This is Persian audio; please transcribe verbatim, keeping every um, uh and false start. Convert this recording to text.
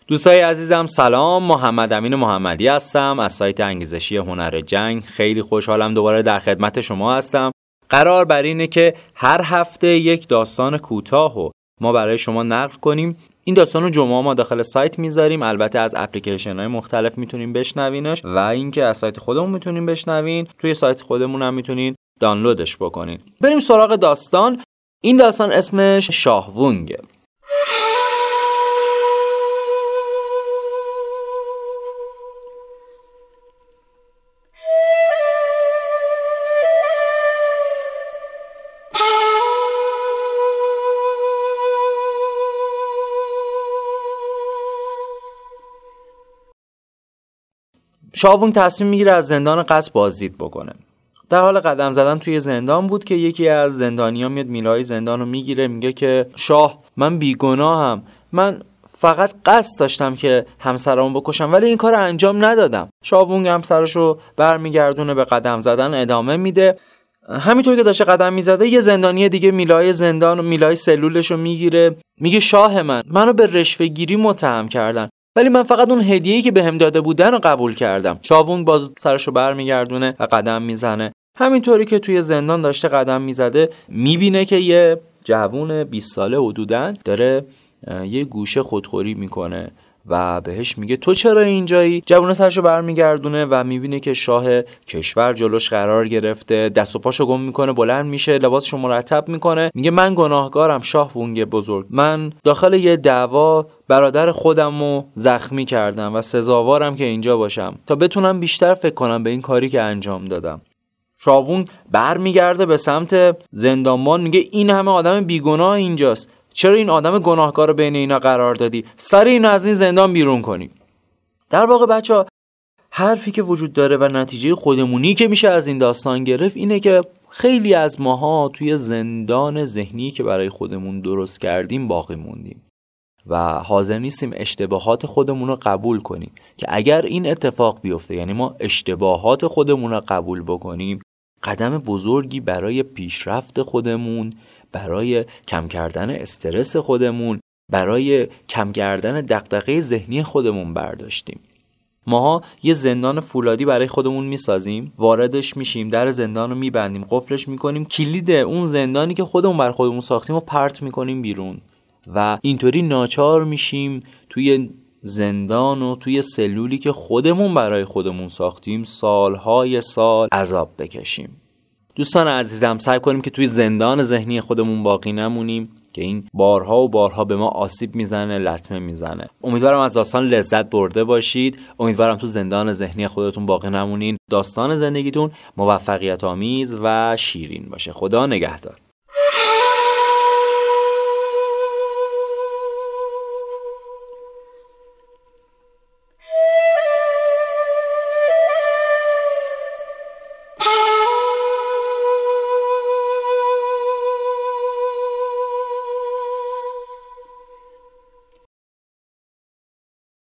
دوستای عزیزم سلام، محمد امین محمدی هستم از سایت انگیزشی هنر جنگ. خیلی خوشحالم دوباره در خدمت شما هستم. قرار بر اینه که هر هفته یک داستان کوتاهو ما برای شما نقل کنیم. این داستان رو جمعه ما داخل سایت میذاریم، البته از اپلیکیشن های مختلف میتونیم بشنوینش و اینکه از سایت خودمون میتونیم بشنوین، توی سایت خودمون هم میتونین دانلودش بکنین. بریم سراغ داستان. این داستان اسمش شاهونگه. شاهونگ تصمیم میگیره از زندان قصر بازدید بکنه. در حال قدم زدن توی زندان بود که یکی از زندانی‌ها میاد میلای زندان رو میگیره، میگه که شاه، من بیگناهم، من فقط قصد داشتم که همسرمو بکشم ولی این کار انجام ندادم. شاهونگ همسرشو برمیگردونه، به قدم زدن ادامه میده. همینطور که داشته قدم میزده یه زندانی دیگه میلای زندان و میلای سلولشو میگیره، میگه شاه من، منو به رشوه گیری متهم کردن ولی من فقط اون هدیه‌ای که بهم داده بودن رو قبول کردم. شاهونگ باز سرشو برمیگردونه و قدم میزنه. همینطوری که توی زندان داشته قدم میزده میبینه که یه جوون بیست ساله حدوداً داره یه گوشه خودخوری میکنه و بهش میگه تو چرا اینجایی؟ جوون سرشو برمیگردونه و میبینه که شاه کشور جلوش قرار گرفته، دست و پاشو گم میکنه، بلند میشه، لباسشو مرتب میکنه، میگه من گناهکارم شاهونگ بزرگ، من داخل یه دعوا برادر خودمو زخمی کردم و سزاوارم که اینجا باشم تا بتونم بیشتر فکر کنم به این کاری که انجام دادم. شاهونگ برمیگرده به سمت زندانبان، میگه این همه آدم بیگناه اینجاست، چرا این آدم گناهکار رو بین اینا قرار دادی؟ سر اینو از این زندان بیرون کنی. در واقع بچه‌ها حرفی که وجود داره و نتیجه خودمونی که میشه از این داستان گرفت اینه که خیلی از ماها توی زندان ذهنی که برای خودمون درست کردیم باقی موندیم و حاضر نیستیم اشتباهات خودمون رو قبول کنیم که اگر این اتفاق بیفته، یعنی ما اشتباهات خودمون رو قبول بکنیم، قدم بزرگی برای پیشرفت خودمون، برای کم کردن استرس خودمون، برای کم کردن دغدغه ذهنی خودمون برداشتیم. ماها یه زندان فولادی برای خودمون میسازیم، واردش میشیم، در زندان رو میبندیم، قفلش میکنیم، کلید اون زندانی که خودمون بر خودمون ساختیم رو پرت میکنیم بیرون و اینطوری ناچار میشیم توی زندان و توی سلولی که خودمون برای خودمون ساختیم سالهای سال عذاب بکشیم. دوستان عزیزم، سعی کنیم که توی زندان ذهنی خودمون باقی نمونیم که این بارها و بارها به ما آسیب میزنه، لطمه میزنه. امیدوارم از داستان لذت برده باشید. امیدوارم تو زندان ذهنی خودتون باقی نمونین. داستان زندگیتون موفقیت آمیز و شیرین باشه. خدا نگهدار.